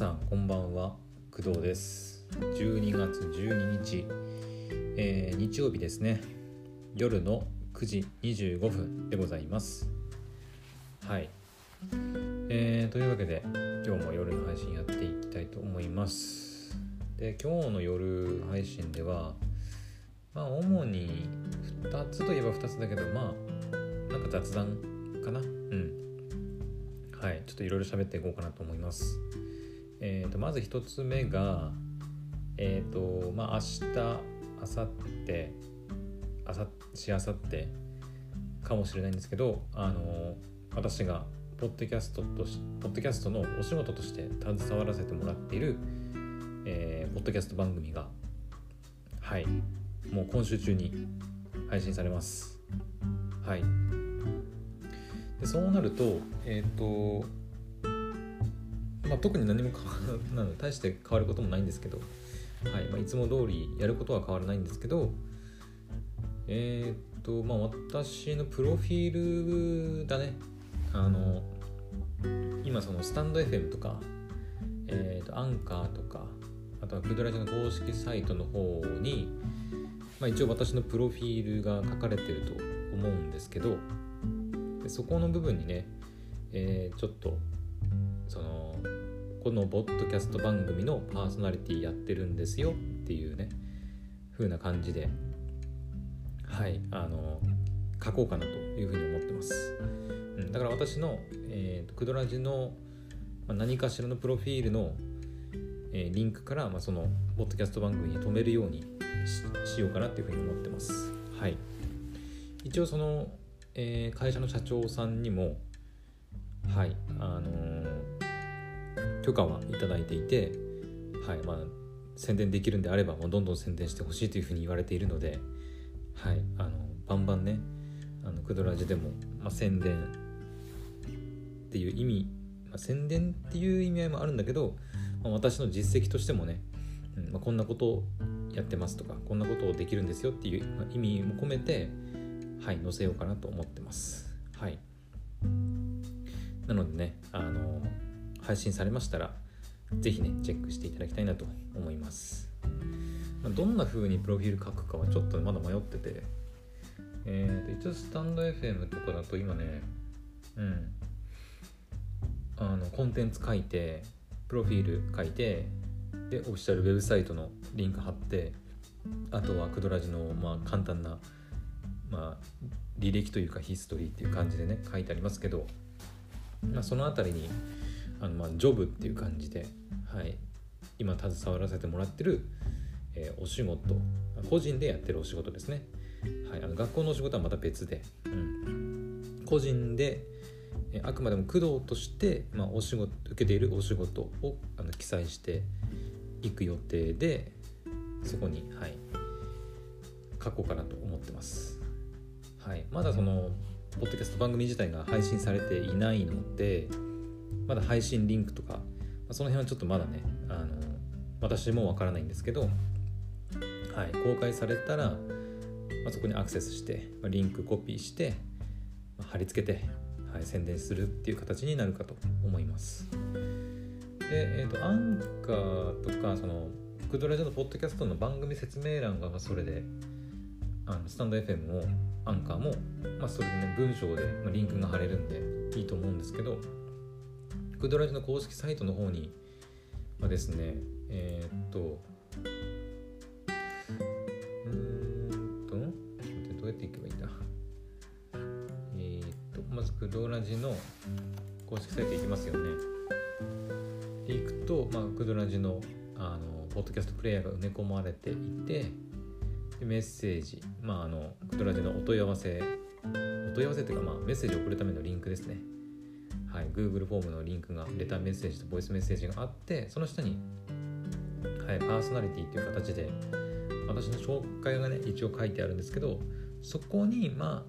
さんこんばんは、工藤です。12月12日、日曜日ですね。夜の9時25分でございます。はい、というわけで今日も夜の配信やっていきたいと思います。で、今日の夜配信では主に2つといえば2つだけどなんか雑談かな。はい、ちょっといろいろ喋っていこうかなと思います。まず一つ目が明日、明後日、しあさってかもしれないんですけど、私がポッドキャストのお仕事として携わらせてもらっている、ポッドキャスト番組がもう今週中に配信されます。はい。でそうなると特に何も大して変わることもないんですけど、いつも通りやることは変わらないんですけど、私のプロフィールだね。今そのスタンド FM とか、アンカーとか、あとはクドラジの公式サイトの方に、一応私のプロフィールが書かれてると思うんですけど、でそこの部分にね、ちょっとこのポッドキャスト番組のパーソナリティやってるんですよっていうね風な感じで書こうかなというふうに思ってます。だから私の、クドラジの何かしらのプロフィールの、リンクから、そのポッドキャスト番組に留めるように しようかなっていうふうに思ってます。一応その、会社の社長さんにも許可はいただいていて、宣伝できるんであればもうどんどん宣伝してほしいというふうに言われているので、バンバンねクドラジでも、宣伝っていう意味、宣伝っていう意味合いもあるんだけど、私の実績としてもね、こんなことをやってますとかこんなことをできるんですよっていう、意味も込めて載せようかなと思ってます。なのでね配信されましたらぜひねチェックしていただきたいなと思います。どんな風にプロフィール書くかはちょっとまだ迷ってて、一応スタンド FM とかだと今ねコンテンツ書いてプロフィール書いて、でオフィシャルウェブサイトのリンク貼って、あとはクドラジの簡単な履歴というかヒストリーっていう感じでね書いてありますけど、そのあたりにジョブっていう感じで、今携わらせてもらってる、お仕事、個人でやってるお仕事ですね。学校のお仕事はまた別で、個人で、あくまでも工藤として、お仕事受けているお仕事を記載していく予定で、そこに、書こうかなと思ってます。まだそのポッドキャスト番組自体が配信されていないので、まだ配信リンクとか、その辺はちょっとまだね私もわからないんですけど、公開されたら、そこにアクセスして、リンクコピーして、貼り付けて、宣伝するっていう形になるかと思います。で、アンカーとかそのクドラジのポッドキャストの番組説明欄がそれでスタンド FM もアンカーも、それでね文章で、リンクが貼れるんでいいと思うんですけど、クドラジの公式サイトの方にはですね、どうやっていけばいいんだ。まずクドラジの公式サイト行きますよね。で行くと、クドラジのポッドキャストプレイヤーが埋め込まれていて、でメッセージ、クドラジのお問い合わせっていうか、メッセージを送るためのリンクですね。Google フォームのリンクが、レターメッセージとボイスメッセージがあって、その下に、パーソナリティという形で私の紹介がね一応書いてあるんですけど、そこに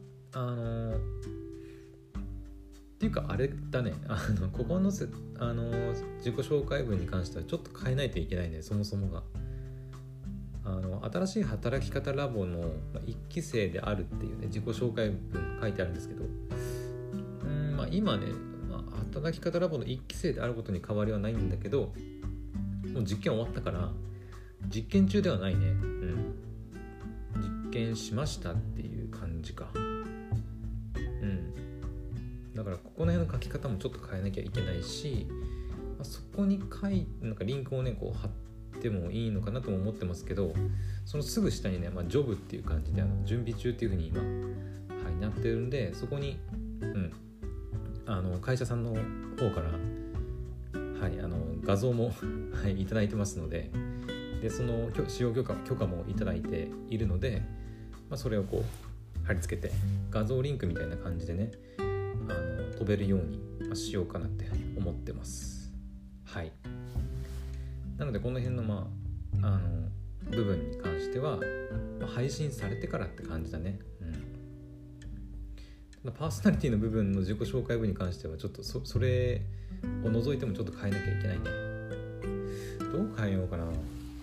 っていうかあれだねここの自己紹介文に関してはちょっと変えないといけないね。そもそもが新しい働き方ラボの1期生であるっていうね自己紹介文書いてあるんですけど、今ね、働き方ラボの1期生であることに変わりはないんだけど、 もう実験終わったから実験中ではないね。実験しましたっていう感じか。だからここの辺の書き方もちょっと変えなきゃいけないし、そこになんかリンクをねこう貼ってもいいのかなとも思ってますけど、そのすぐ下にね、ジョブっていう感じで準備中っていう風に今、なってるんで、そこに、会社さんの方から、画像も、いただいてますので、その使用許可もいただいているので、それをこう貼り付けて画像リンクみたいな感じでね飛べるようにしようかなって思ってます。なのでこの辺の部分に関しては、配信されてからって感じだね。パーソナリティの部分の自己紹介文に関してはちょっと それを除いてもちょっと変えなきゃいけないね。どう変えようかな。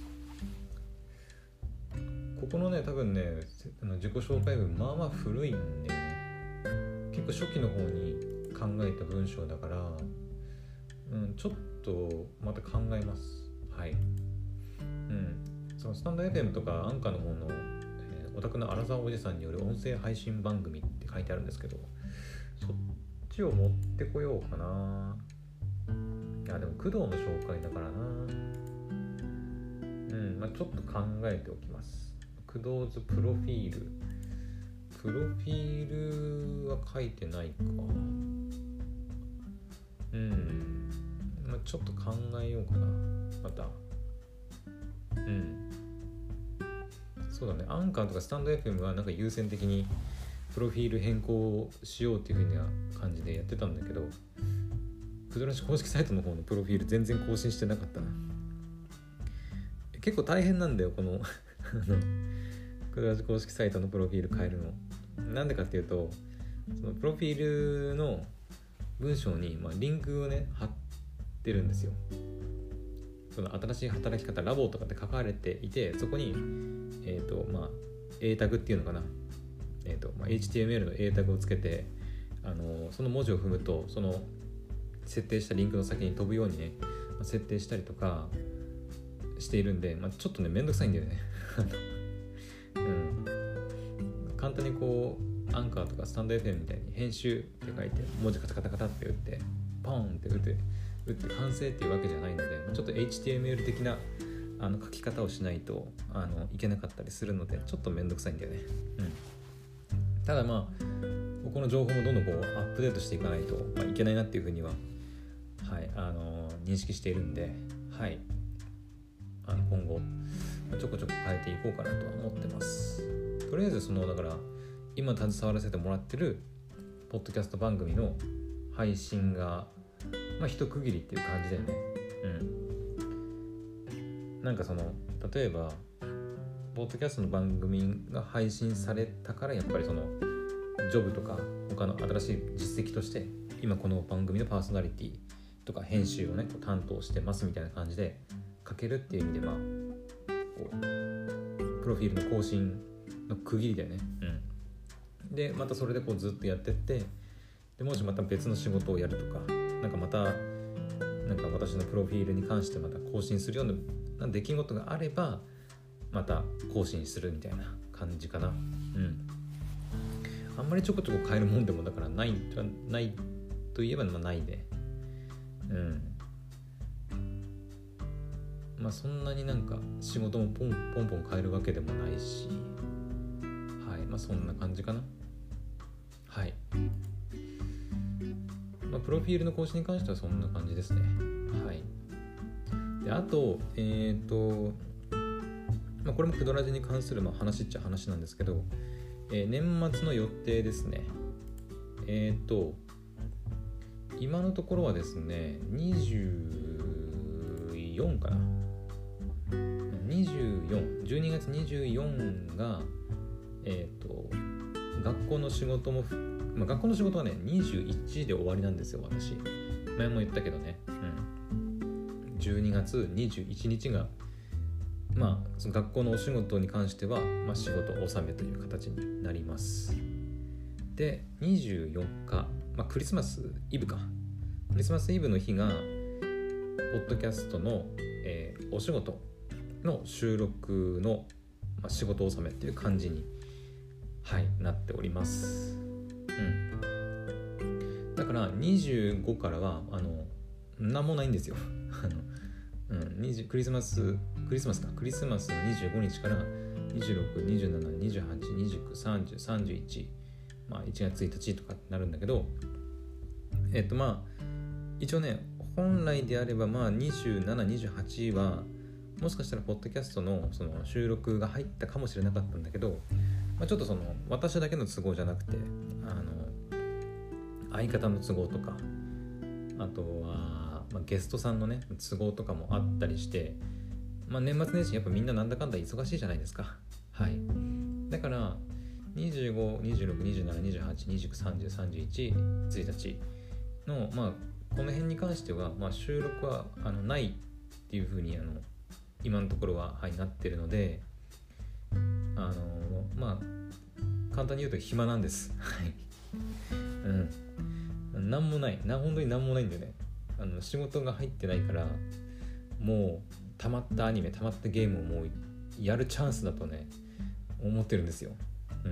ここのね多分ね自己紹介文まあ古いんだよね。結構初期の方に考えた文章だから、ちょっとまた考えます。そのスタンド FM とかアンカーの方の、お宅のアラザーおじさんによる音声配信番組って書いてあるんですけど、そっちを持ってこようかな。いやでも工藤の紹介だからな。ちょっと考えておきます。工藤ズプロフィールは書いてないか。ちょっと考えようかなまた。そうだね、アンカーとかスタンド FM はなんか優先的にプロフィール変更しようっていう風な感じでやってたんだけど、クドラジ公式サイトの方のプロフィール全然更新してなかったな。結構大変なんだよこのクドラジ公式サイトのプロフィール変えるの。なんでかっていうと、そのプロフィールの文章にリンクをね貼ってるんですよ。その新しい働き方ラボとかって書かれていて、そこにA タグっていうのかな、HTML の A タグをつけて、その文字を踏むとその設定したリンクの先に飛ぶようにね設定したりとかしているんで、ちょっとねめんどくさいんだよね簡単にこうアンカーとかスタンド FM みたいに編集って書いて文字カタカタカタって打ってポンって打って完成っていうわけじゃないので、ちょっと HTML 的な書き方をしないといけなかったりするので、ちょっとめんどくさいんだよね。ただここの情報もどんどんこうアップデートしていかないと、いけないなっていうふうには、認識しているんで、今後ちょこちょこ変えていこうかなとは思ってます。とりあえずだから今携わらせてもらってるポッドキャスト番組の配信が一区切りっていう感じだよね。なんか例えばポッドキャストの番組が配信されたから、やっぱりジョブとか他の新しい実績として今この番組のパーソナリティとか編集をね担当してますみたいな感じで書けるっていう意味でこうプロフィールの更新の区切りだよね。でまたそれでこうずっとやってって、でもしまた別の仕事をやるとか、また私のプロフィールに関してまた更新するような出来事があればまた更新するみたいな感じかな。あんまりちょこちょこ変えるもんでもだからないといえばないで、そんなに仕事もポンポン変えるわけでもないし、そんな感じかな。プロフィールの更新に関してはそんな感じですね。であとこれもクドラジに関する話っちゃ話なんですけど、年末の予定ですね。今のところはですね24かな、12月24が学校の仕事も学校の仕事はね21時で終わりなんですよ。私前も言ったけどね、12月21日がその学校のお仕事に関しては、仕事納めという形になります。で24日、クリスマスイブの日がポッドキャストの、 お仕事の収録の、仕事納めっていう感じに、なっております。だから25からは何もないんですよクリスマスの25日から26、27、28、29、30、31、1月1日とかなるんだけど、一応ね、本来であれば27、28はもしかしたらポッドキャストのその収録が入ったかもしれなかったんだけど、ちょっとその私だけの都合じゃなくて相方の都合とか、あとは、ゲストさんのね都合とかもあったりして、年末年始やっぱみんななんだかんだ忙しいじゃないですか。だから25、26、27、28、29、30、31、1日のこの辺に関しては、収録はないっていう風に今のところは、なってるので、簡単に言うと暇なんです。なんもない本当になんもないんだよね。仕事が入ってないから、もう溜まったアニメ、溜まったゲームをもうやるチャンスだとね思ってるんですよ。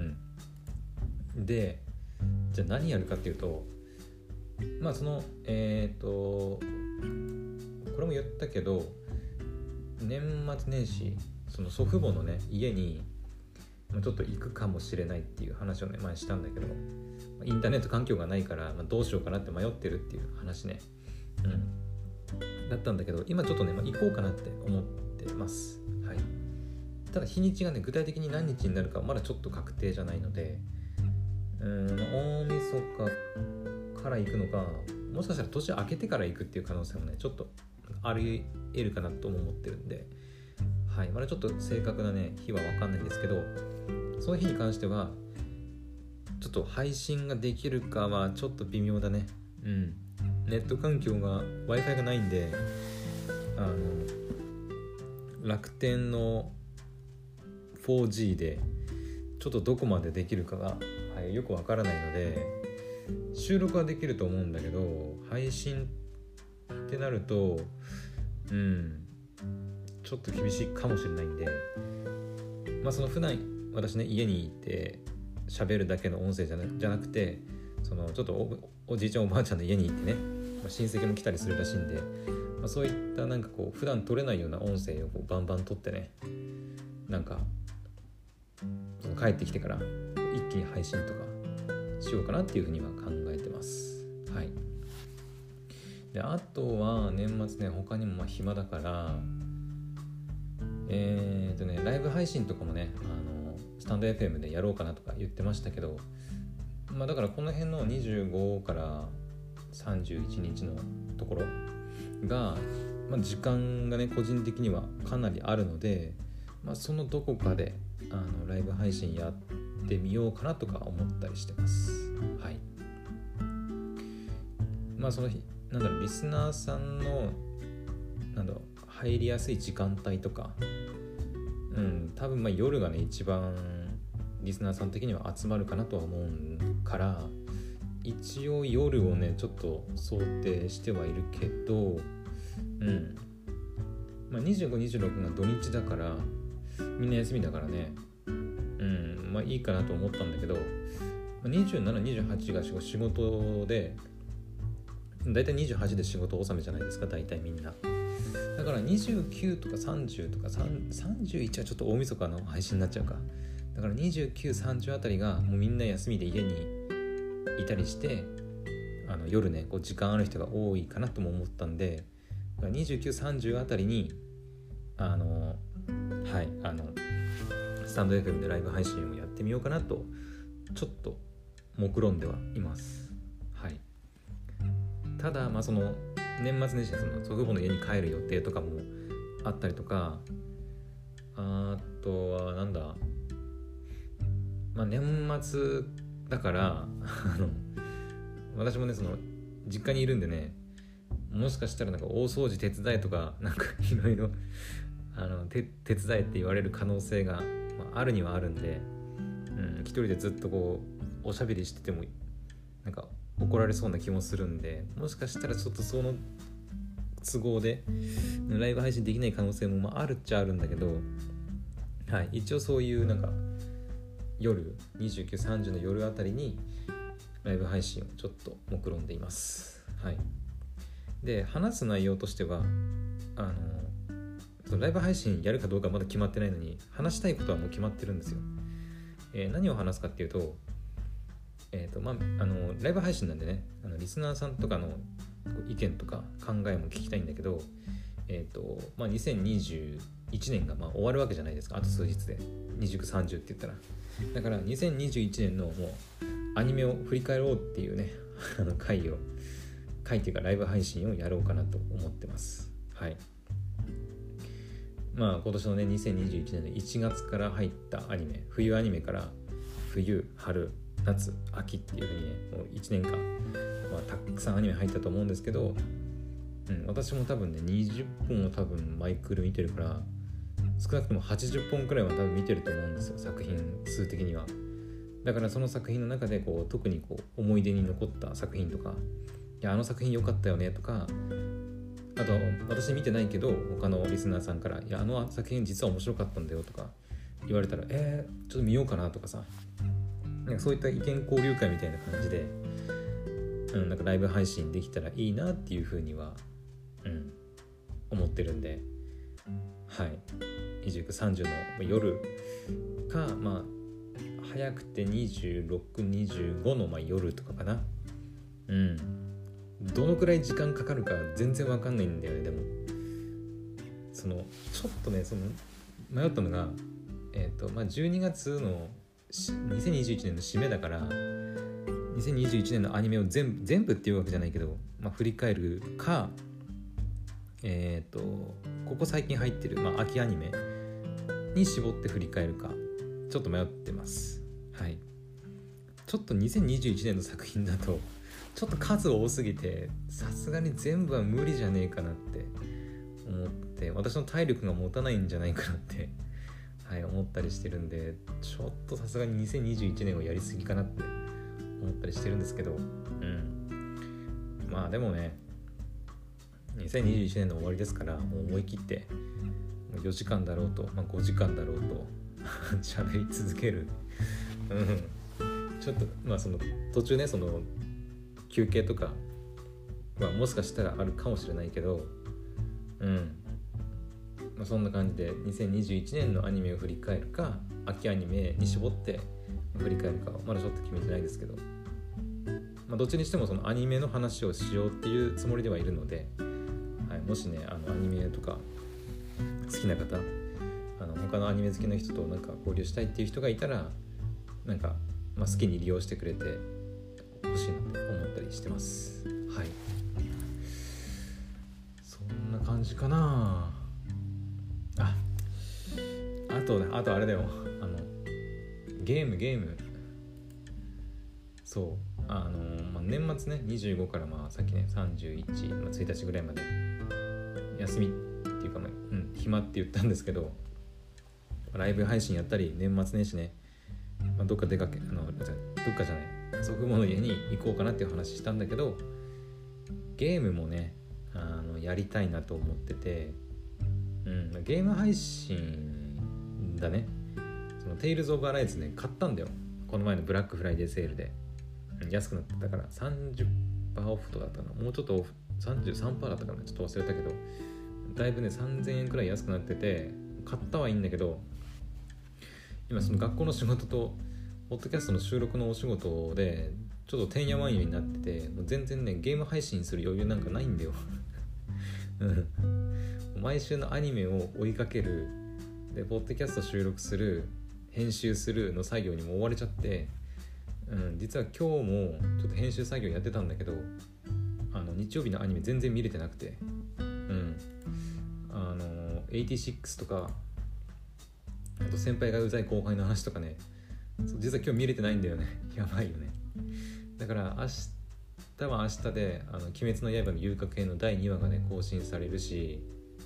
で、じゃあ何やるかっていうと、そのこれも言ったけど、年末年始その祖父母のね家にちょっと行くかもしれないっていう話をね前したんだけど、インターネット環境がないから、どうしようかなって迷ってるっていう話ね、だったんだけど、今ちょっとね、行こうかなって思ってます。ただ日にちがね具体的に何日になるかまだちょっと確定じゃないので、大晦日から行くのか、もしかしたら年明けてから行くっていう可能性もねちょっとあり得るかなとも思ってるんで、まだちょっと正確なね日は分かんないんですけど、その日に関してはちょっと配信ができるかはちょっと微妙だね。ネット環境が Wi-Fi がないんで、楽天の 4G でちょっとどこまでできるかが、よくわからないので、収録はできると思うんだけど配信ってなるとちょっと厳しいかもしれないんで、その普段私ね家にいて喋るだけの音声じゃなくて、そのちょっと おじいちゃんおばあちゃんの家に行ってね、親戚も来たりするらしいんで、そういったなんかこう普段撮れないような音声をこうバンバン撮ってね、なんかその帰ってきてから一気に配信とかしようかなっていうふうには考えてます。で、あとは年末ね他にも暇だからライブ配信とかもねスタンド FM でやろうかなとか言ってましたけど、だからこの辺の25から31日のところが、時間がね個人的にはかなりあるので、そのどこかでライブ配信やってみようかなとか思ったりしてます。その日リスナーさんの入りやすい時間帯とか、多分夜がね一番リスナーさん的には集まるかなとは思うから、一応夜をねちょっと想定してはいるけど、25、26が土日だからみんな休みだからね、いいかなと思ったんだけど、27、28が仕事で、だいたい28で仕事納めじゃないですか、だいたいみんな。だから29とか30とか31はちょっと大晦日の配信になっちゃうか。だから29、30あたりがもうみんな休みで家にいたりして、夜ねこう時間ある人が多いかなとも思ったんで、29、30あたりにスタンド FM でライブ配信をやってみようかなとちょっと目論んではいます。ただその年末年始その祖父母の家に帰る予定とかもあったりとか、あとは年末だから私もねその実家にいるんでね、もしかしたら大掃除手伝えとかいろいろ手伝えって言われる可能性が、あるにはあるんで、一人でずっとこうおしゃべりしてても怒られそうな気もするんで、もしかしたらちょっとその都合でライブ配信できない可能性もあるっちゃあるんだけど、はい、一応そういうなんか夜29、30の夜あたりにライブ配信をちょっと目論んでいます。はい。で、話す内容としてはライブ配信やるかどうかまだ決まってないのに、話したいことはもう決まってるんですよ。何を話すかっていうと、ライブ配信なんでね、リスナーさんとかの意見とか考えも聞きたいんだけど、2021年が終わるわけじゃないですか。あと数日で29、30って言ったら、だから2021年のもうアニメを振り返ろうっていうね回っていうかライブ配信をやろうかなと思ってます。はい。今年のね2021年の1月から入ったアニメ、冬アニメから冬、春、夏、秋っていう風にね、もう1年間、たくさんアニメ入ったと思うんですけど、私も多分ね20本を多分マイクル見てるから、少なくとも80本くらいは多分見てると思うんですよ、作品数的には。だからその作品の中で特に思い出に残った作品とか、いやあの作品良かったよねとか、あと私見てないけど他のリスナーさんから、いやあの作品実は面白かったんだよとか言われたら、ちょっと見ようかなとかさ、なんかそういった意見交流会みたいな感じで、なんかライブ配信できたらいいなっていうふうには、思ってるんで、はい、29、30の夜か、早くて26、25の夜とかかな。どのくらい時間かかるか全然わかんないんだよね。でもちょっとね迷ったのが、12月の2021年の締めだから、2021年のアニメを全部っていうわけじゃないけど、振り返るか、ここ最近入ってる、秋アニメに絞って振り返るか、ちょっと迷ってます。はい。ちょっと2021年の作品だとちょっと数多すぎて、さすがに全部は無理じゃねえかなって思って、私の体力が持たないんじゃないかなって思ったりしてるんで、ちょっとさすがに2021年をやりすぎかなって思ったりしてるんですけど、でもね2021年の終わりですから、もう思い切って4時間だろうと、5時間だろうと喋り続ける。ちょっとその途中ね休憩とかもしかしたらあるかもしれないけど、そんな感じで2021年のアニメを振り返るか、秋アニメに絞って振り返るかまだちょっと決めてないですけど、どっちにしてもそのアニメの話をしようっていうつもりではいるので、もしねアニメとか好きな方、他のアニメ好きな人となんか交流したいっていう人がいたら、なんか、好きに利用してくれてほしいなって思ったりしてます。はい、そんな感じかな。あとあれだよ、ゲームそう、年末ね25からさっきね31、1日ぐらいまで休みっていうか、暇って言ったんですけど、ライブ配信やったり年末年始ね、どっか出かけどっかじゃない祖父母の家に行こうかなっていう話したんだけど、ゲームもねやりたいなと思ってて、ゲーム配信だね。そのテイルズ・オブ・アライズね買ったんだよ、この前のブラックフライデーセールで。安くなってたから 30% オフとかだったかな、もうちょっとオフ 33% だったかな、ちょっと忘れたけど、だいぶね3000円くらい安くなってて買ったはいいんだけど、今その学校の仕事とポッドキャストの収録のお仕事でちょっとてんやわんやになってて、もう全然ねゲーム配信する余裕なんかないんだよ毎週のアニメを追いかけるで、ポッドキャスト収録する、編集するの作業にも追われちゃって、実は今日もちょっと編集作業やってたんだけど、日曜日のアニメ全然見れてなくて、86とか、あと先輩がうざい後輩の話とかね、実は今日見れてないんだよねやばいよね。だから明日は明日で鬼滅の刃の遊郭編の第2話がね更新されるし、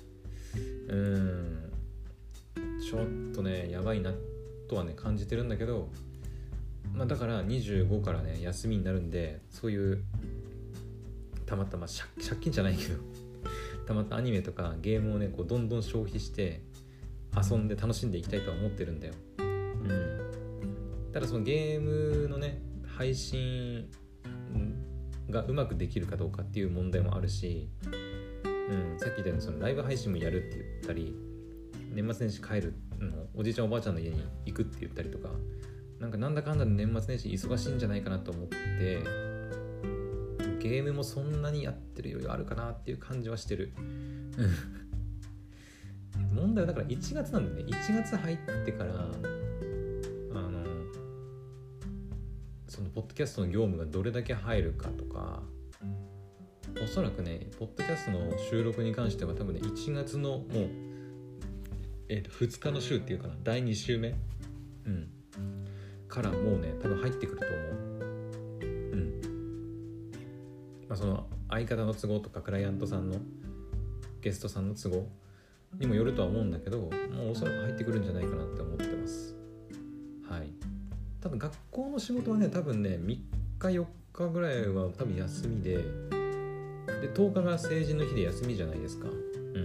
ちょっとねやばいなとはね感じてるんだけど、だから25からね休みになるんで、そういうたまたま借金じゃないけどたまったアニメとかゲームをねこうどんどん消費して遊んで楽しんでいきたいとは思ってるんだよ。ただそのゲームのね配信がうまくできるかどうかっていう問題もあるし、さっき言ったようにそのライブ配信もやるって言ったり、年末年始帰るのおじいちゃんおばあちゃんの家に行くって言ったりとか、なんだかんだで年末年始忙しいんじゃないかなと思って、ゲームもそんなにやってる余裕あるかなっていう感じはしてる。問題はだから1月なんだよね。1月入ってからそのポッドキャストの業務がどれだけ入るかとか、おそらくねポッドキャストの収録に関しては多分ね1月のもう、2日の週っていうかな、第2週目、からもうね多分入ってくると思う。その相方の都合とかクライアントさんのゲストさんの都合にもよるとは思うんだけど、もうおそらく入ってくるんじゃないかなって思ってます。はい。ただ学校の仕事はね多分ね3日4日ぐらいは多分休みで10日が成人の日で休みじゃないですか。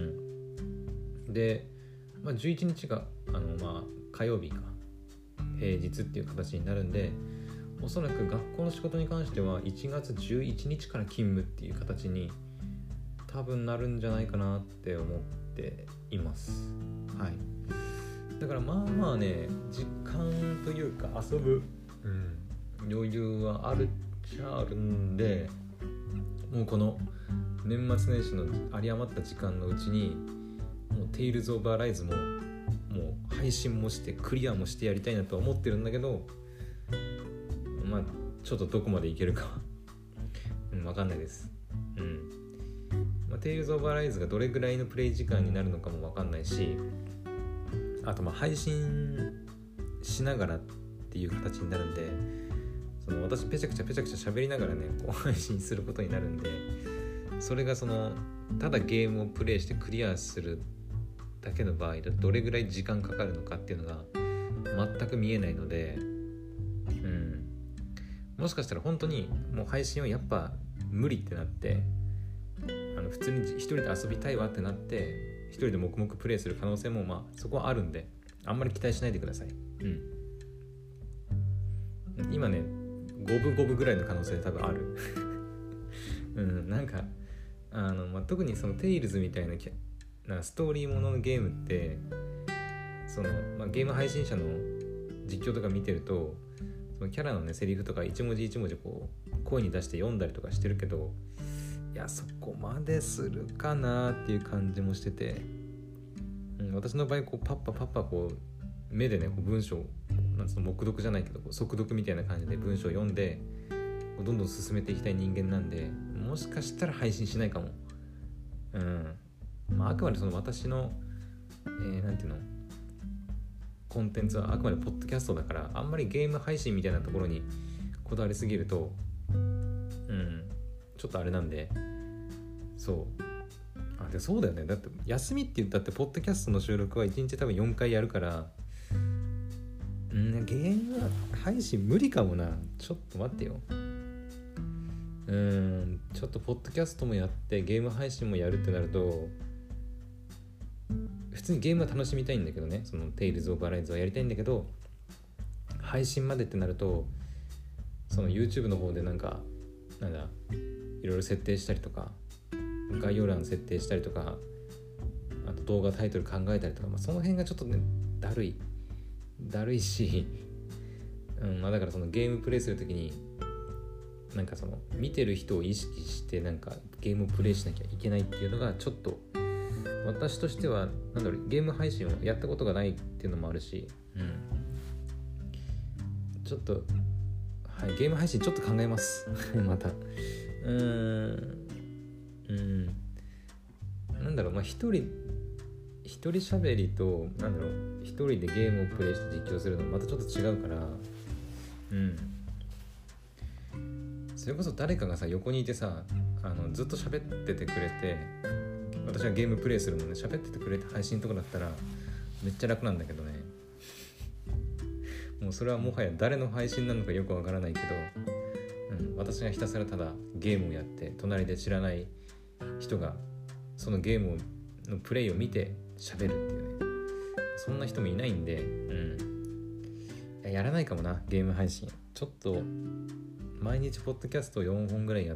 で、11日が火曜日か平日っていう形になるんで、おそらく学校の仕事に関しては1月11日から勤務っていう形に多分なるんじゃないかなって思っています。はい。だからまあね時間というか遊ぶ、余裕はあるっちゃあるんで、もうこの年末年始の有り余った時間のうちにもうテイルズオブアライズももう配信もしてクリアもしてやりたいなとは思ってるんだけど、ちょっとどこまでいけるかわかんないです。テイルズオブアライズがどれぐらいのプレイ時間になるのかもわかんないし、あと配信しながらっていう形になるんで、その私ペチャクチャ喋りながらねこう配信することになるんで、それがそのただゲームをプレイしてクリアするだけの場合だとどれぐらい時間かかるのかっていうのが全く見えないので、もしかしたら本当にもう配信はやっぱ無理ってなって、普通に一人で遊びたいわってなって一人で黙々プレイする可能性もそこはあるんで、あんまり期待しないでください。今ね五分ぐらいの可能性多分ある。特にそのテイルズみたいなストーリーもののゲームってその、ゲーム配信者の実況とか見てると、そのキャラのねセリフとか一文字一文字こう声に出して読んだりとかしてるけど、いやそこまでするかなっていう感じもしてて、私の場合こうパッパこう目でねこう文章黙読じゃないけど速読みたいな感じで文章を読んでどんどん進めていきたい人間なんで、もしかしたら配信しないかも。あくまでその私の、コンテンツはあくまでポッドキャストだから、あんまりゲーム配信みたいなところにこだわりすぎるとちょっとあれなんで、でそうだよね。だって休みって言ったってポッドキャストの収録は1日多分4回やるから、ゲーム配信無理かもな。ちょっと待ってよ。ちょっとポッドキャストもやってゲーム配信もやるってなると、普通にゲームは楽しみたいんだけどね、そのテイルズオブアライズはやりたいんだけど、配信までってなるとその YouTube の方でいろいろ設定したりとか、概要欄設定したりとか、あと動画タイトル考えたりとか、その辺がちょっとねだるいし、だからそのゲームプレイするときにその見てる人を意識してゲームをプレイしなきゃいけないっていうのがちょっと私としてはゲーム配信をやったことがないっていうのもあるし、ちょっとゲーム配信ちょっと考えますまた一人喋りと一人でゲームをプレイして実況するのまたちょっと違うから、それこそ誰かが横にいてさ、ずっと喋っててくれて、私はゲームプレイするので喋っててくれて配信とかだったらめっちゃ楽なんだけどね。もうそれはもはや誰の配信なのかよくわからないけど、私がひたすらただゲームをやって隣で知らない人がそのゲームのプレイを見て喋るっていうね、そんな人もいないんで、やらないかもな、ゲーム配信。ちょっと毎日ポッドキャスト4本ぐらいやって、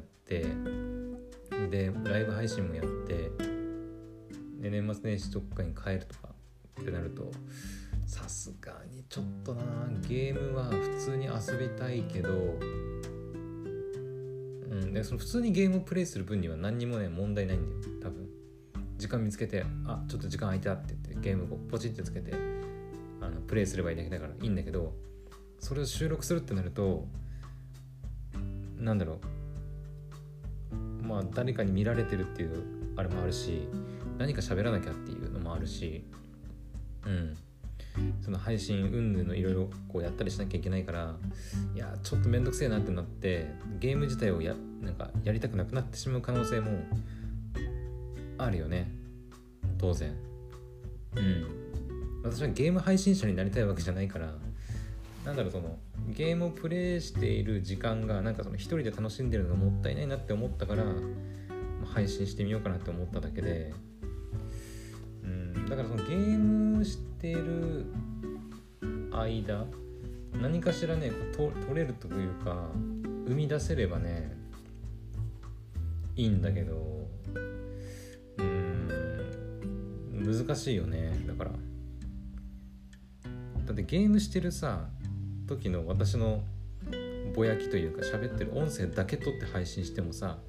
でライブ配信もやって、で年末年始どっかに帰るとかってなると、さすがにちょっとな、ゲームは普通に遊びたいけど、でその普通にゲームをプレイする分には何にもね問題ないんだよ。多分時間見つけて、ちょっと時間空いたって言ってゲームをポチってつけてプレイすればいいだけだからいいんだけど、それを収録するってなると、なんだろう、まあ誰かに見られてるっていうあれもあるし、何か喋らなきゃっていうのもあるし、その配信云々のいろいろこうやったりしなきゃいけないから、いやちょっとめんどくせえなってなってゲーム自体をなんかやりたくなくなってしまう可能性もあるよね、当然。私はゲーム配信者になりたいわけじゃないから、なんだろう、そのゲームをプレイしている時間がなんかその一人で楽しんでるのがもったいないなって思ったから、配信してみようかなって思っただけで、だからそのゲームしている間何かしらね取れるというか生み出せればねいいんだけど、難しいよね。だってゲームしてる時の私のぼやきというか喋ってる音声だけ撮って配信しても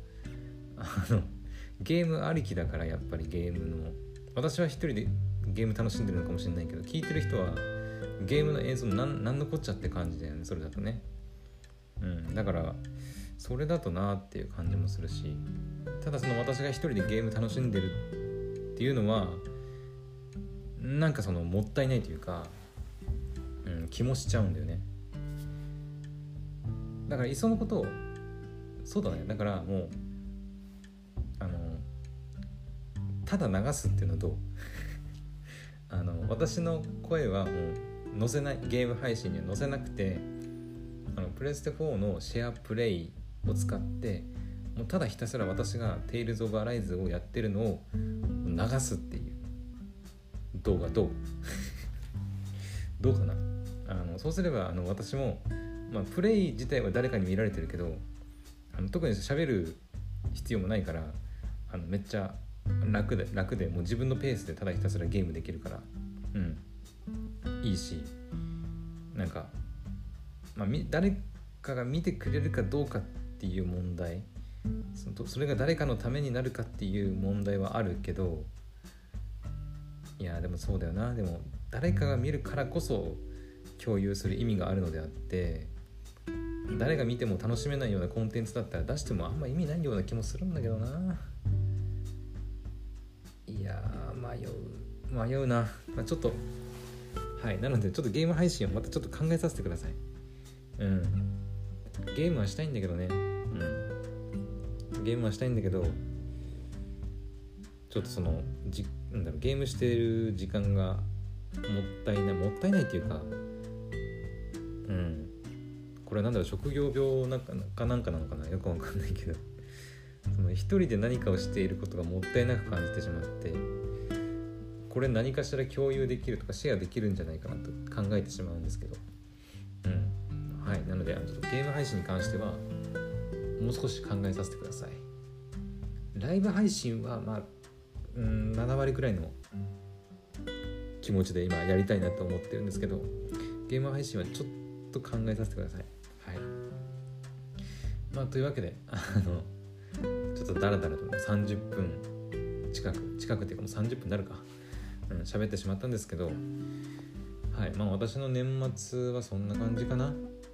ゲームありきだから、やっぱりゲームの私は一人でゲーム楽しんでるのかもしれないけど、聞いてる人はゲームの映像なんのこっちゃって感じだよね、それだとね。だからそれだとなっていう感じもするし、ただその私が一人でゲーム楽しんでるっていうのはなんかそのもったいないというか、気もしちゃうんだよね。だからいっそのことを、そうだね、だからもうただ流すっていうのはどう私の声はもう載せない、ゲーム配信には載せなくて、プレステ4のシェアプレイを使ってもうただひたすら私がテイルズ・オブ・アライズをやってるのを流すっていう動画どうどうかな。そうすれば私も、プレイ自体は誰かに見られてるけど特に喋る必要もないからめっちゃ楽でもう自分のペースでただひたすらゲームできるからいいし、なんか、誰かが見てくれるかどうかっていう問題、それが誰かのためになるかっていう問題はあるけど、いやでもそうだよな。でも誰かが見るからこそ共有する意味があるのであって、誰が見ても楽しめないようなコンテンツだったら出してもあんま意味ないような気もするんだけどな。いや迷うな、ちょっとなのでちょっとゲーム配信をまたちょっと考えさせてください。ゲームはしたいんだけどね、ゲームはしたいんだけど、ちょっとそのゲームしてる時間がもったいないっていうか、これは職業病なんかなのかな、よくわかんないけど、その一人で何かをしていることがもったいなく感じてしまって、これ何かしら共有できるとかシェアできるんじゃないかなと考えてしまうんですけど、なのでちょっとゲーム配信に関してはもう少し考えさせてください。ライブ配信は7割くらいの気持ちで今やりたいなと思ってるんですけど、ゲーム配信はちょっと考えさせてください。というわけでちょっとダラダラと30分近くっていうかもう30分になるか喋ってしまったんですけど、私の年末はそんな感じかな。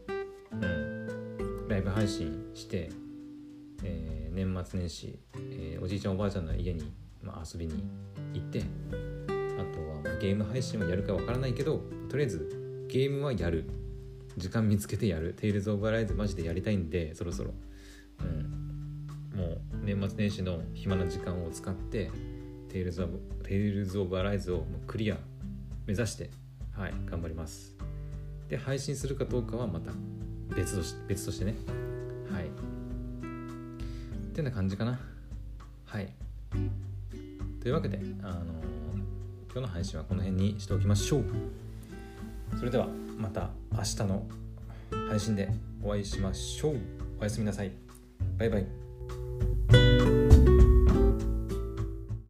ライブ配信して、年末年始、おじいちゃんおばあちゃんの家に、遊びに行って、あとはゲーム配信はやるかわからないけど、とりあえずゲームはやる、時間見つけてやる。テイルズ・オブ・アライズマジでやりたいんで、そろそろもう年末年始の暇な時間を使ってテイルズ・オブ・アライズをクリア目指して頑張ります。で配信するかどうかはまた別としてね。ってな感じかな。 というわけで、今日の配信はこの辺にしておきましょう。それではまた明日の配信でお会いしましょう。おやすみなさい。バイバイ。